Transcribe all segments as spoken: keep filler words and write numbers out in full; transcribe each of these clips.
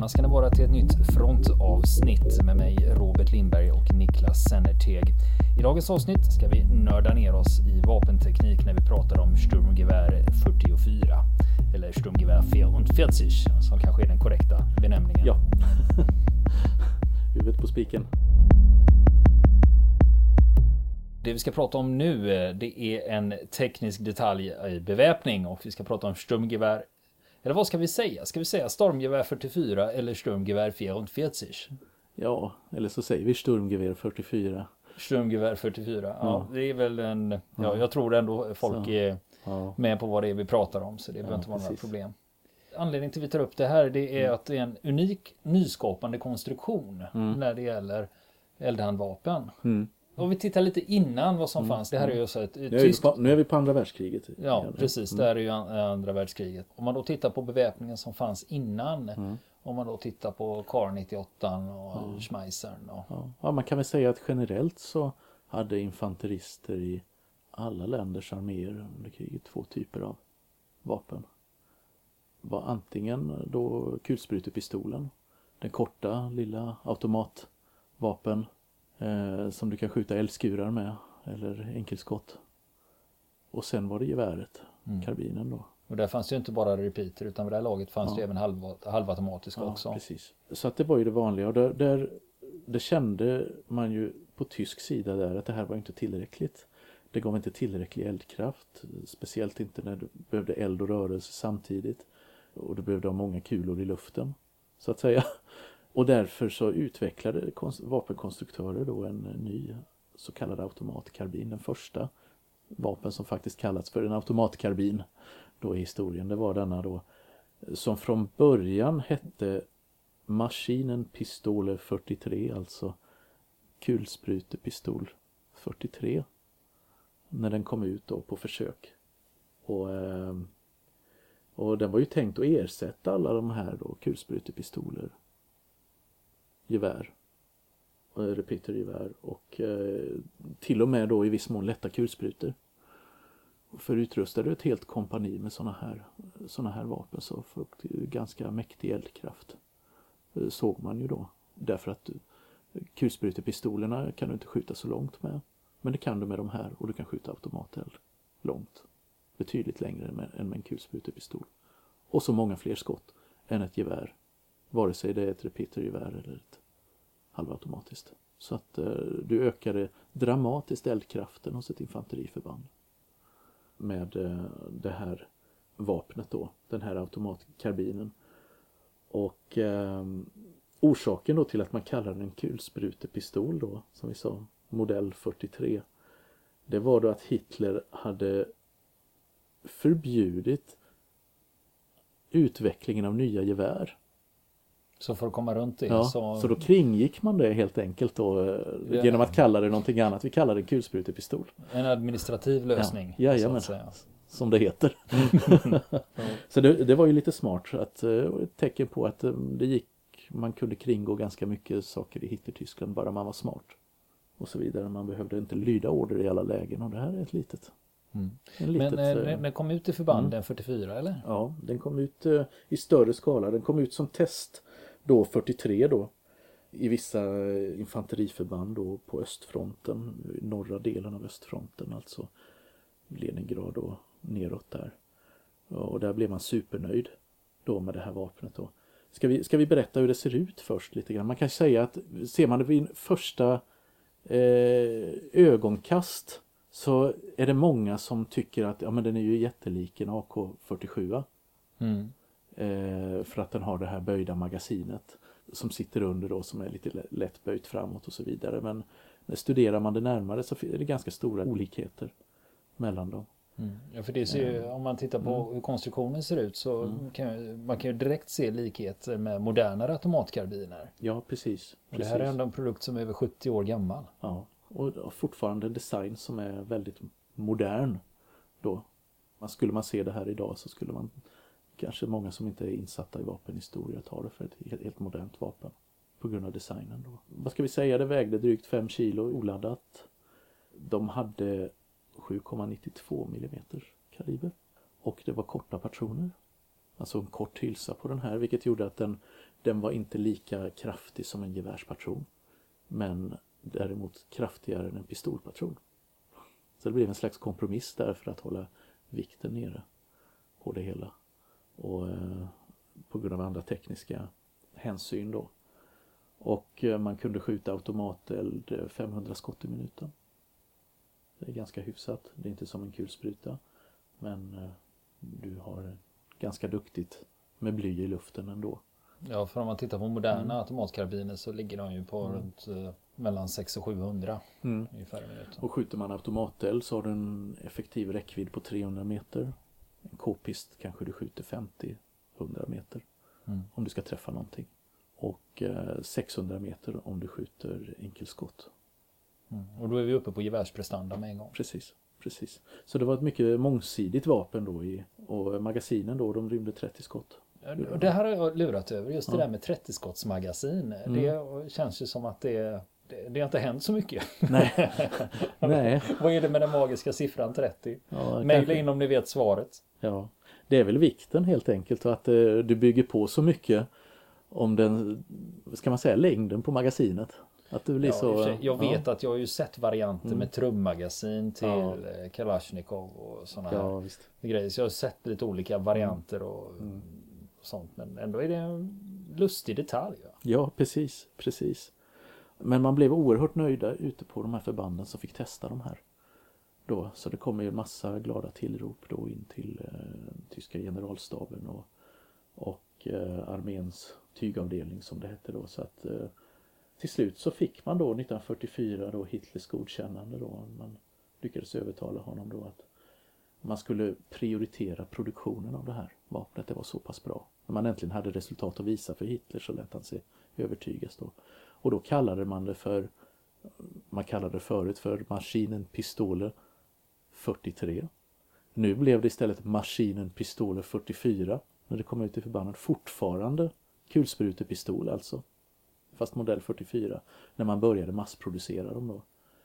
välkomna ska ni vara till ett nytt frontavsnitt med mig Robert Lindberg och Niklas Sennerteg. I dagens avsnitt ska vi nörda ner oss i vapenteknik när vi pratar om Sturmgewehr fyrtiofyra eller Sturmgewehr fyrtiofyra som kanske är den korrekta benämningen. Ja, huvudet på spiken. Det vi ska prata om nu det är en teknisk detalj i beväpning och vi ska prata om Sturmgewehr. Eller vad ska vi säga? Ska vi säga Sturmgewehr fyrtiofyra eller Sturmgewehr fyrtiofyra? Ja, eller så säger vi Sturmgewehr fyrtiofyra. Sturmgewehr fyrtiofyra, ja, ja det är väl en... Ja, ja. Jag tror ändå folk så, är ja. med på vad det är vi pratar om så det behöver ja, inte vara precis. några problem. Anledningen till att vi tar upp det här det är mm. att det är en unik nyskapande konstruktion mm. när det gäller eldhandvapen. Mm. Om vi tittar lite innan vad som mm. fanns, det här är ju så ett... Nu är, tyst... på, nu är vi på andra världskriget. Ja, precis, mm. det här är ju andra världskriget. Om man då tittar på beväpningen som fanns innan, mm. om man då tittar på Kar nittioåtta och mm. Schmeissern. Och... Ja. ja, man kan väl säga att generellt så hade infanterister i alla länders arméer under kriget två typer av vapen. Var antingen då kulsprutepistolen, den korta lilla automatvapen eh, som du kan skjuta eldskurar med eller enkelskott. Och sen var det geväret, mm. karbinen då. Och där fanns det ju inte bara repeater utan vid det här laget fanns ja. det även halv, halvautomatiska ja, också. Precis. Så att det var ju det vanliga och där, där det kände man ju på tysk sida där att det här var inte tillräckligt. Det gav inte tillräcklig eldkraft, speciellt inte när du behövde eld och rörelse samtidigt. Och du behövde ha många kulor i luften, så att säga. Och därför så utvecklade vapenkonstruktörer då en ny så kallad automatkarbin. Den första vapen som faktiskt kallats för en automatkarbin då i historien. Det var denna då som från början hette Maschinenpistole fyrtiotre, alltså kulsprutepistol fyrtiotre. När den kom ut då på försök. Och... Eh, Och den var ju tänkt att ersätta alla de här då kulsprutepistoler, gevär, repeatergevär och eh, till och med då i viss mån lätta kulsprutor. För utrustade ett helt kompani med såna här, såna här vapen så för ganska mäktig eldkraft eh, såg man ju då. Därför att kulsprutepistolerna kan du inte skjuta så långt med, men det kan du med de här och du kan skjuta automateld långt. Betydligt längre än med en kulsprutepistol. Och så många fler skott än ett gevär. Vare sig det är ett repeatergevär eller ett halvautomatiskt. Så att eh, du ökade dramatiskt eldkraften hos ett infanteriförband. Med eh, det här vapnet då. Den här automatkarbinen. Och eh, orsaken då till att man kallar den en kulsprutepistol då. Som vi sa, modell fyrtiotre. Det var då att Hitler hade förbjudit utvecklingen av nya gevär. Så för att komma runt det. Ja, så... så då kringgick man det helt enkelt då, ja. Genom att kalla det någonting annat. Vi kallar det kulsprutepistol. En administrativ lösning. Ja, jajamän, så att säga. Som det heter. ja. Så det, det var ju lite smart. Att, ett tecken på att det gick, man kunde kringgå ganska mycket saker i Hitler-Tyskland bara man var smart. Och så vidare. Man behövde inte lyda order i alla lägen. Och det här är ett litet... Mm. Litet, Men eh, den kom ut i förbanden mm. fyrtiofyra eller? Ja, den kom ut eh, i större skala. Den kom ut som test då fyrtiotre då i vissa eh, infanteriförband då på östfronten, norra delen av östfronten, alltså Leningrad och neråt där. Och där blev man supernöjd då med det här vapnet då. Ska vi, ska vi berätta hur det ser ut först lite grann? Man kan säga att ser man det vid första eh, ögonkast så är det många som tycker att ja, men den är ju jättelik en A K fyrtiosju. Mm. Eh, för att den har det här böjda magasinet som sitter under då som är lite lätt böjt framåt och så vidare. Men när studerar man det närmare så är det ganska stora olikheter mellan dem. Mm. Ja, för det ser ju, om man tittar på mm. hur konstruktionen ser ut så mm. kan man kan ju direkt se likheter med modernare automatkarbiner. Ja, precis. Och det här är ändå en produkt som är över sjuttio år gammal. Ja. Och fortfarande en design som är väldigt modern då. Man skulle man se det här idag så skulle man kanske många som inte är insatta i vapenhistoria tar det för ett helt modernt vapen på grund av designen då. Vad ska vi säga, det vägde drygt fem kilo oladdat. De hade sju komma nittiotvå millimeter kaliber och det var korta patroner. Alltså en kort hylsa på den här, vilket gjorde att den, den var inte lika kraftig som en gevärspatron. Men däremot kraftigare än en pistolpatron. Så det blev en slags kompromiss där för att hålla vikten nere på det hela. Och eh, på grund av andra tekniska hänsyn då. Och eh, man kunde skjuta automateld femhundra skott i minuten. Det är ganska hyfsat. Det är inte som en kulspruta. Men eh, du har ganska duktigt med bly i luften ändå. Ja, för om man tittar på moderna Mm. automatkarbiner så ligger de ju på Mm. runt eh, mellan sex och sjuhundra Mm. ungefär i minuten. Och skjuter man automateld så har du en effektiv räckvidd på trehundra meter. En k-pist kanske du skjuter femtio till hundra meter Mm. om du ska träffa någonting. Och eh, sexhundra meter om du skjuter enkelskott. Mm. Och då är vi uppe på gevärsprestanda med en gång. Precis, precis. Så det var ett mycket mångsidigt vapen då i, och magasinen då, de rymde trettio skott. Och det här har jag lurat över, just det Ja. där med trettio-skottsmagasin. Mm. Det känns ju som att det, det, det har inte hänt så mycket. Nej. Nej. Vad är det med den magiska siffran trettio? Ja, Maila kanske. in om ni vet svaret. Ja, det är väl vikten helt enkelt och att eh, du bygger på så mycket om den, ska man säga, längden på magasinet. Att det blir Ja, så, i och för sig, jag vet ja. att jag har ju sett varianter Mm. med trummagasin till Ja. eh, Kalashnikov och sådana Ja, här visst. grejer. Så jag har sett lite olika varianter och, Mm. och sånt. Men ändå är det en lustig detalj. Ja. Ja, precis, precis. Men man blev oerhört nöjda ute på de här förbanden som fick testa de här. Då, så det kommer ju en massa glada tillrop då in till eh, tyska generalstaben och, och eh, arméns tygavdelning som det hette då. Så att eh, till slut så fick man då nittonhundrafyrtiofyra då Hitlers godkännande då. Man lyckades övertala honom då att man skulle prioritera produktionen av det här vapnet. Det var så pass bra. När man äntligen hade resultat att visa för Hitler så lät han sig övertygas då. Och då kallade man det för, man kallade det förut för maskinen pistoler fyrtiotre. Nu blev det istället maskinen pistoler fyrtiofyra när det kom ut i förbanden. Fortfarande kulsprutepistol alltså. Fast modell fyrtiofyra. När man började massproducera dem då.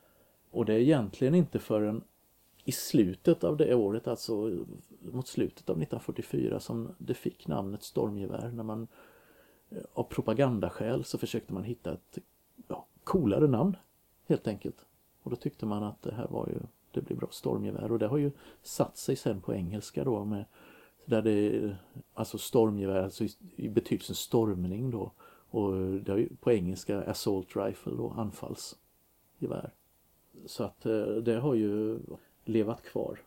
Och det är egentligen inte förrän i slutet av det året, alltså mot slutet av nittonhundrafyrtiofyra, som det fick namnet stormgevär. När man av propagandaskäl så försökte man hitta ett ja, coolare namn helt enkelt. Och då tyckte man att det här var ju, det blir bra, stormgevär. Och det har ju satt sig sen på engelska då med, där det, alltså stormgevär, alltså i, i betydelsen stormning då. Och det har ju på engelska assault rifle då, anfallsgevär. Så att det har ju levat kvar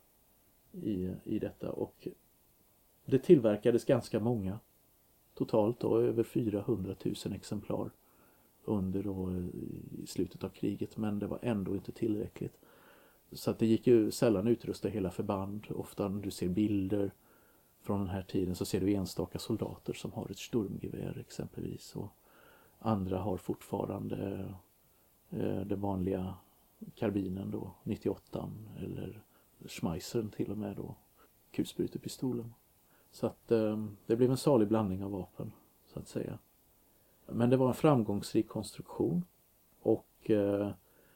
i, i detta. Och det tillverkades ganska många. Totalt då över fyrahundratusen exemplar under då i slutet av kriget. Men det var ändå inte tillräckligt. Så att det gick ju sällan utrusta hela förband. Ofta när du ser bilder från den här tiden så ser du enstaka soldater som har ett stormgevär exempelvis. Och andra har fortfarande eh, den vanliga karbinen då, nittioåtta eller Schmeissern till och med då, kulsprutepistolen. Så att eh, det blev en salig blandning av vapen så att säga. Men det var en framgångsrik konstruktion och eh,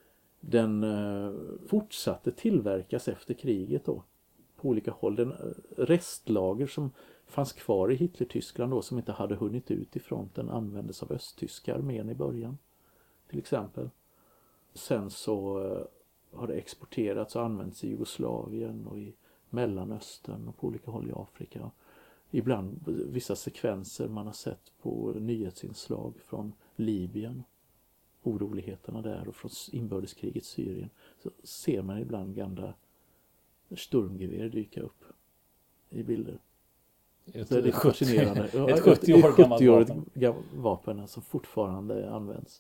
den eh, fortsatte tillverkas efter kriget då på olika håll. Den restlager som fanns kvar i Hitler-Tyskland då som inte hade hunnit ut i fronten användes av östtyska armén i början till exempel. Sen så eh, har det exporterats och använts i Jugoslavien och i Mellanöstern och på olika håll i Afrika. Ibland vissa sekvenser man har sett på nyhetsinslag från Libyen, oroligheterna där och från inbördeskriget Syrien, så ser man ibland gamla stormgevär dyka upp i bilder. Ett, Så det är fascinerande. sjuttio, ett sjuttio år gammalt vapen. vapen. vapen som fortfarande används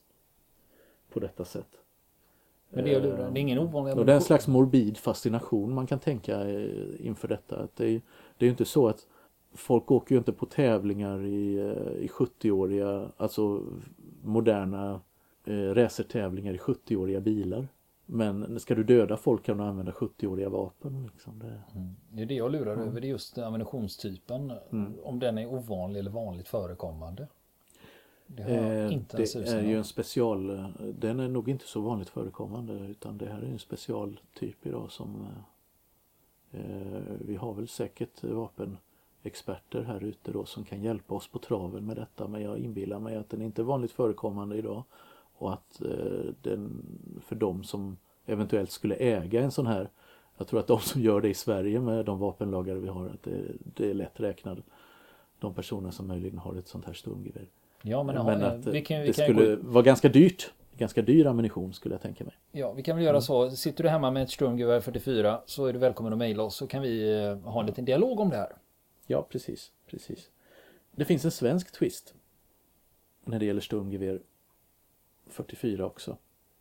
på detta sätt. Men det är, det är ingen ovanlig. Och det är en slags morbid fascination man kan tänka inför detta. Att det, är, det är ju inte så att folk åker ju inte på tävlingar i, i sjuttioåriga, alltså moderna eh, racertävlingar i sjuttioåriga bilar. Men ska du döda folk kan du använda sjuttioåriga vapen. Liksom. Det... Mm. det är det jag lurar mm. över, det är just ammunitionstypen. Mm. Om den är ovanlig eller vanligt förekommande. Det, eh, inte det är ju en special, den är nog inte så vanligt förekommande utan det här är en specialtyp idag som eh, vi har väl säkert vapen experter här ute då som kan hjälpa oss på traven med detta. Men jag inbillar mig att den inte är vanligt förekommande idag. Och att eh, den, för de som eventuellt skulle äga en sån här, jag tror att de som gör det i Sverige med de vapenlagar vi har, att det, det är lätt räknat. De personer som möjligen har ett sånt här sturmgevär. Ja, men, men ja, att vi kan, vi det kan skulle gå... vara ganska dyrt. Ganska dyr ammunition skulle jag tänka mig. Ja, vi kan väl göra så. Sitter du hemma med ett Sturmgevär fyrtiofyra så är du välkommen att mejla oss så kan vi eh, ha en liten dialog om det här. Ja, precis, precis. Det finns en svensk twist när det gäller Sturmgevär fyrtiofyra också.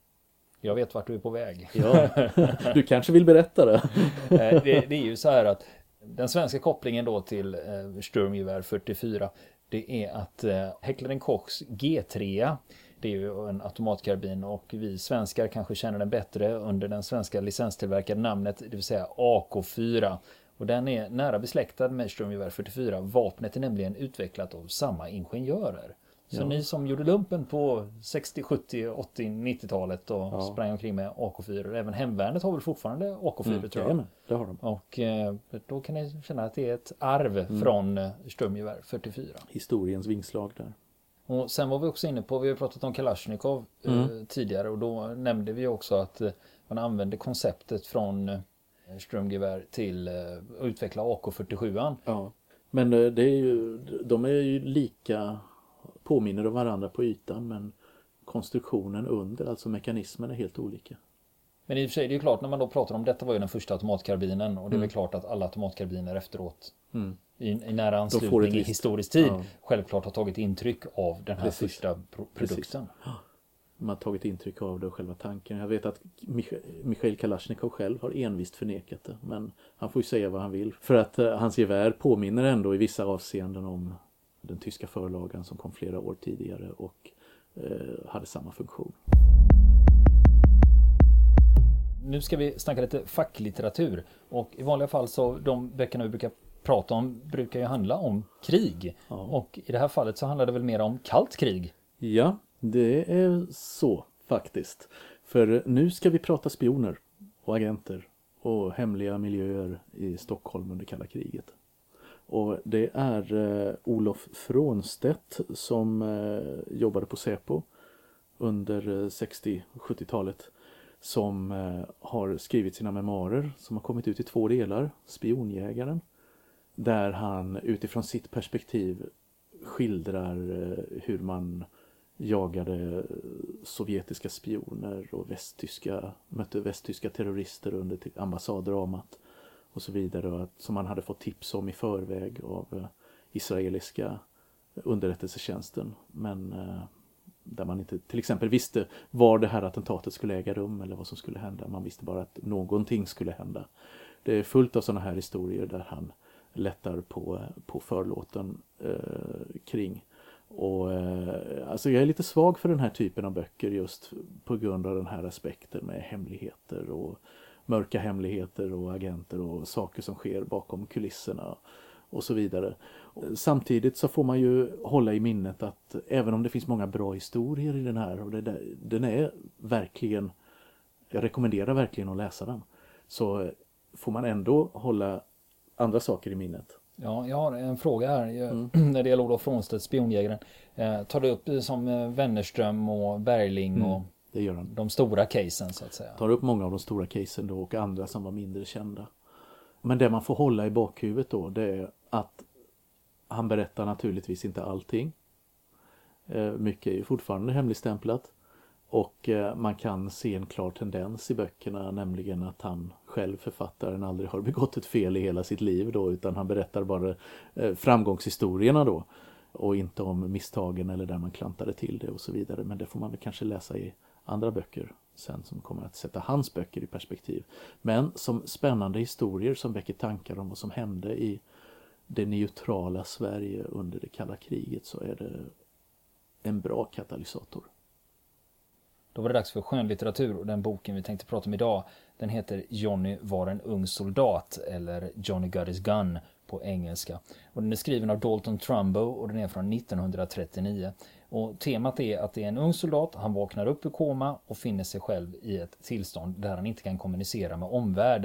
Jag vet vart du är på väg. Ja, du kanske vill berätta det. det, det är ju så här att den svenska kopplingen då till eh, Sturmgevär fyrtiofyra, det är att eh, Heckler and Kochs G tre, det är ju en automatkarbin och vi svenskar kanske känner den bättre under den svenska licenstillverkade namnet, det vill säga A K fyra. Och den är nära besläktad med Sturmgevär fyrtiofyra. Vapnet är nämligen utvecklat av samma ingenjörer. Så ja. Ni som gjorde lumpen på sextio, sjuttio, åttio, nittiotalet och ja. sprang omkring med A K fyra. Även hemvärnet har väl fortfarande A K fyra mm, tror jag. Jajamän, det har de. Och eh, då kan ni känna att det är ett arv mm. från Sturmgevär fyrtiofyra. Historiens vingslag där. Och sen var vi också inne på, vi har pratat om Kalashnikov mm. eh, tidigare och då nämnde vi också att eh, man använde konceptet från eh, Sturmgevär till eh, att utveckla A K fyrtiosju. Ja, men eh, det är ju, de är ju lika, påminner om varandra på ytan, men konstruktionen under, alltså mekanismen är helt olika. Men i och för sig, det är ju klart när man då pratar om, detta var ju den första automatkarbinen och det är mm. väl klart att alla automatkarbiner efteråt mm. i, i nära anslutning i historisk tid ja. självklart har tagit intryck av den här Precis. första pro- produkten. Ja. Man har tagit intryck av det och själva tanken. Jag vet att Mikhail Kalashnikov själv har envist förnekat det, men han får ju säga vad han vill. För att uh, hans gevär påminner ändå i vissa avseenden om den tyska förlagan som kom flera år tidigare och uh, hade samma funktion. Nu ska vi snacka lite facklitteratur och i vanliga fall så de böckerna vi brukar prata om brukar ju handla om krig. Ja. Och i det här fallet så handlar det väl mer om kallt krig. Ja, det är så faktiskt. För nu ska vi prata spioner och agenter och hemliga miljöer i Stockholm under kalla kriget. Och det är eh, Olof Frånstedt som eh, jobbade på Säpo under sextio-sjuttiotalet som eh, har skrivit sina memoarer som har kommit ut i två delar, Spionjägaren, där han utifrån sitt perspektiv skildrar eh, hur man jagade sovjetiska spioner och västtyska, mötte västtyska terrorister under ambassaddramat och så vidare, och att, som man hade fått tips om i förväg av eh, israeliska underrättelsetjänsten, men eh, där man inte till exempel visste var det här attentatet skulle äga rum eller vad som skulle hända. Man visste bara att någonting skulle hända. Det är fullt av sådana här historier där han lättar på, på förlåten eh, kring. Och eh, alltså jag är lite svag för den här typen av böcker just på grund av den här aspekten med hemligheter och mörka hemligheter och agenter och saker som sker bakom kulisserna och så vidare. Samtidigt så får man ju hålla i minnet att även om det finns många bra historier i den här, och det där, den är verkligen, jag rekommenderar verkligen att läsa den, så får man ändå hålla andra saker i minnet. Ja, jag har en fråga här mm. när det gäller Olof Frånstedt, Spionjägaren. Eh, tar du upp som Wennerström och Bergling mm, och det gör han. De stora casen så att säga? Tar upp många av de stora casen då och andra som var mindre kända. Men det man får hålla i bakhuvudet då, det är att han berättar naturligtvis inte allting. Eh, mycket är ju fortfarande hemligstämplat. Och eh, man kan se en klar tendens i böckerna, nämligen att han själv, författaren, aldrig har begått ett fel i hela sitt liv då, utan han berättar bara eh, framgångshistorierna då. Och inte om misstagen eller där man klantade till det och så vidare. Men det får man väl kanske läsa i andra böcker sen som kommer att sätta hans böcker i perspektiv. Men som spännande historier som väcker tankar om vad som hände i det neutrala Sverige under det kalla kriget, så är det en bra katalysator. Då var det dags för skönlitteratur, och den boken vi tänkte prata om idag, den heter Johnny var en ung soldat, eller Johnny got his gun på engelska. Och den är skriven av Dalton Trumbo och den är från nittonhundratrettionio. Och temat är att det är en ung soldat, han vaknar upp ur koma och finner sig själv i ett tillstånd där han inte kan kommunicera med omvärlden.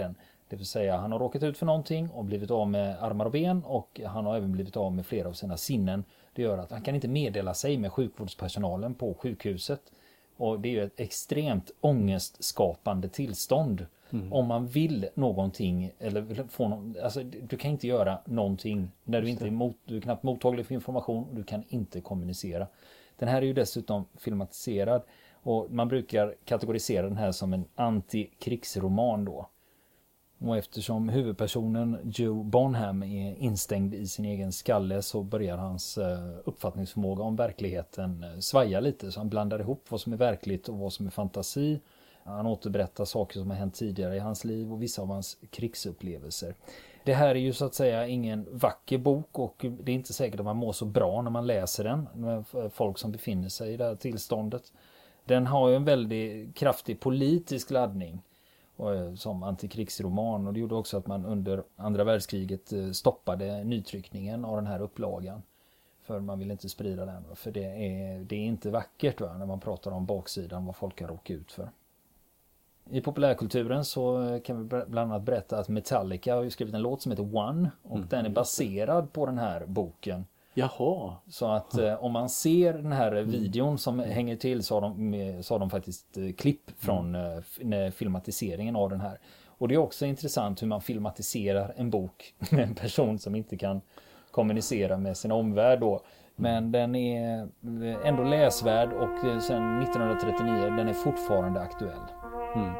Det vill säga han har råkat ut för någonting och blivit av med armar och ben, och han har även blivit av med flera av sina sinnen. Det gör att han kan inte meddela sig med sjukvårdspersonalen på sjukhuset. Och det är ju ett extremt ångestskapande tillstånd. Mm. Om man vill någonting eller få någon, alltså du kan inte göra någonting när du inte är mot, du är knappt mottaglig för information, och du kan inte kommunicera. Den här är ju dessutom filmatiserad, och man brukar kategorisera den här som en antikrigsroman då. Och eftersom huvudpersonen Joe Bonham är instängd i sin egen skalle, så börjar hans uppfattningsförmåga om verkligheten svaja lite. Så han blandar ihop vad som är verkligt och vad som är fantasi. Han återberättar saker som har hänt tidigare i hans liv och vissa av hans krigsupplevelser. Det här är ju så att säga ingen vacker bok, och det är inte säkert att man mår så bra när man läser den med folk som befinner sig i det här tillståndet. Den har ju en väldigt kraftig politisk laddning som antikrigsroman, och det gjorde också att man under andra världskriget stoppade nytryckningen av den här upplagan, för man vill inte sprida den, för det är, det är inte vackert va, när man pratar om baksidan, vad folk har råkat ut för. I populärkulturen så kan vi bland annat berätta att Metallica har ju skrivit en låt som heter One, och mm. den är baserad på den här boken. Jaha. Så att eh, om man ser den här videon som mm. hänger till, så har de, så har de faktiskt eh, klipp från eh, filmatiseringen av den här. Och det är också intressant hur man filmatiserar en bok med en person som inte kan kommunicera med sin omvärld då. Men den är ändå läsvärd, och sedan nittonhundratrettionio den är fortfarande aktuell. Mm.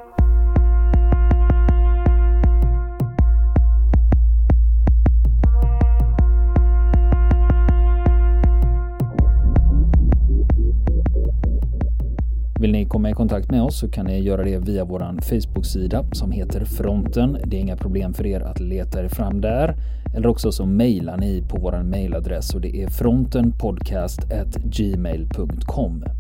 Vill ni komma i kontakt med oss så kan ni göra det via vår Facebook-sida som heter Fronten. Det är inga problem för er att leta er fram där. Eller också så mejlar ni på vår mejladress, och det är frontenpodcast at gmail punkt com.